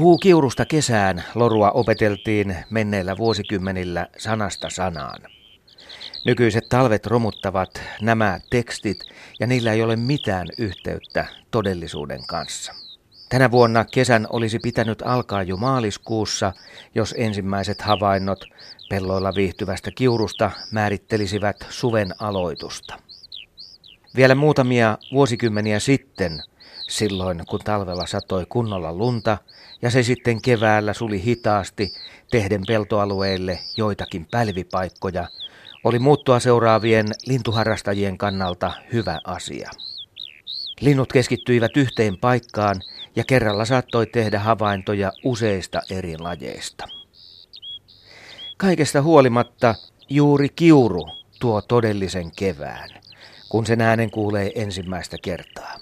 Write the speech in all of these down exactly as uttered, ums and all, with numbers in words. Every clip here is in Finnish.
Puukiurusta kesään lorua opeteltiin menneillä vuosikymmenillä sanasta sanaan. Nykyiset talvet romuttavat nämä tekstit ja niillä ei ole mitään yhteyttä todellisuuden kanssa. Tänä vuonna kesän olisi pitänyt alkaa jo maaliskuussa, jos ensimmäiset havainnot pelloilla viihtyvästä kiurusta määrittelisivät suven aloitusta. Vielä muutamia vuosikymmeniä sitten, silloin kun talvella satoi kunnolla lunta ja se sitten keväällä suli hitaasti tehden peltoalueille joitakin pälvipaikkoja, oli muuttoa seuraavien lintuharrastajien kannalta hyvä asia. Linnut keskittyivät yhteen paikkaan ja kerralla saattoi tehdä havaintoja useista eri lajeista. Kaikesta huolimatta juuri kiuru tuo todellisen kevään, kun sen äänen kuulee ensimmäistä kertaa.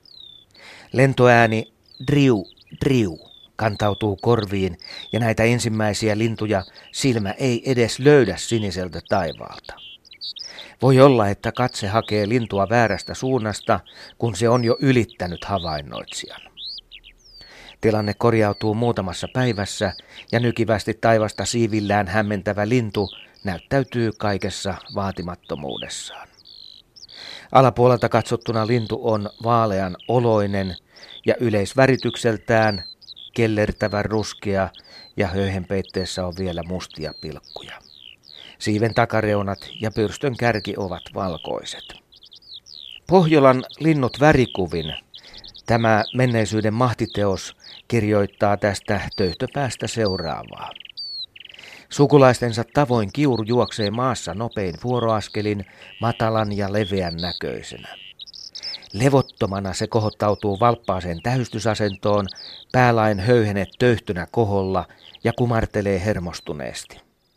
Lentoääni driu, driu kantautuu korviin ja näitä ensimmäisiä lintuja silmä ei edes löydä siniseltä taivaalta. Voi olla, että katse hakee lintua väärästä suunnasta, kun se on jo ylittänyt havainnoitsijan. Tilanne korjautuu muutamassa päivässä ja nykivästi taivasta siivillään hämmentävä lintu näyttäytyy kaikessa vaatimattomuudessaan. Alapuolelta katsottuna lintu on vaalean oloinen ja yleisväritykseltään kellertävän ruskea ja höyhenpeitteessä on vielä mustia pilkkuja. Siiven takareunat ja pyrstön kärki ovat valkoiset. Pohjolan linnut värikuvin, tämä menneisyyden mahtiteos, kirjoittaa tästä töyhtöpäästä seuraavaa. Sukulaistensa tavoin kiuru juoksee maassa nopein vuoroaskelin, matalan ja leveän näköisenä. Levottomana se kohottautuu valppaaseen tähystysasentoon, päälain höyhenet töyhtynä koholla ja kumartelee hermostuneesti.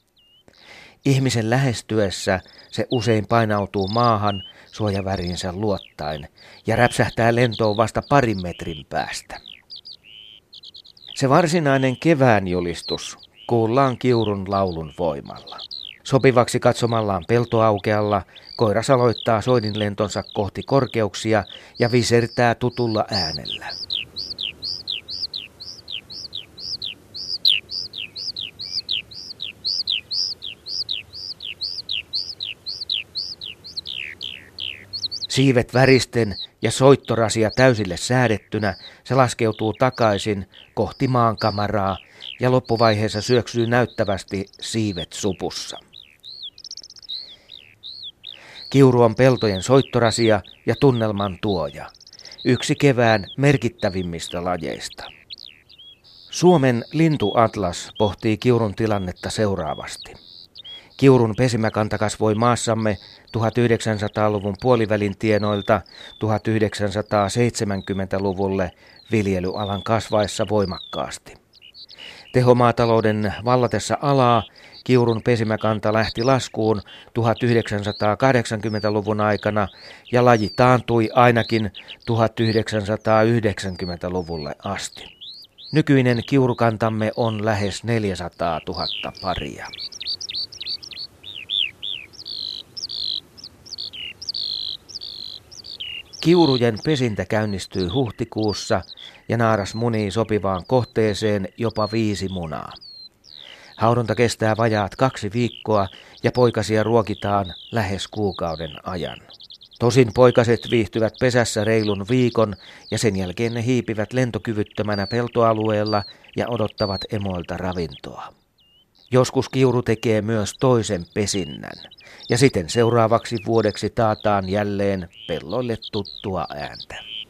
Ihmisen lähestyessä se usein painautuu maahan suojaväriinsä luottaen ja räpsähtää lentoon vasta parin metrin päästä. Se varsinainen kevään julistus kuullaan kiurun laulun voimalla. Sopivaksi katsomallaan peltoaukealla koiras aloittaa soidinlentonsa kohti korkeuksia ja visertää tutulla äänellä. Siivet väristen ja soittorasia täysille säädettynä se laskeutuu takaisin kohti maankamaraa ja loppuvaiheessa syöksyy näyttävästi siivet supussa. Kiuru on peltojen soittorasia ja tunnelman tuoja, yksi kevään merkittävimmistä lajeista. Suomen lintuatlas pohtii kiurun tilannetta seuraavasti. Kiurun pesimäkanta kasvoi maassamme tuhatyhdeksänsataaluvun puolivälin tienoilta tuhatyhdeksänsataaseitsemänkymmentäluvulle viljelyalan kasvaessa voimakkaasti. Tehomaatalouden vallatessa alaa kiurun pesimäkanta lähti laskuun tuhatyhdeksänsataakahdeksankymmentäluvun aikana ja laji taantui ainakin tuhatyhdeksänsataayhdeksänkymmentäluvulle asti. Nykyinen kiurukantamme on lähes neljäsataatuhatta paria. Kiurujen pesintä käynnistyy huhtikuussa ja naaras munii sopivaan kohteeseen jopa viisi munaa. Haudonta kestää vajaat kaksi viikkoa ja poikasia ruokitaan lähes kuukauden ajan. Tosin poikaset viihtyvät pesässä reilun viikon ja sen jälkeen ne hiipivät lentokyvyttömänä peltoalueella ja odottavat emoilta ravintoa. Joskus kiuru tekee myös toisen pesinnän ja siten seuraavaksi vuodeksi taataan jälleen pelloille tuttua ääntä.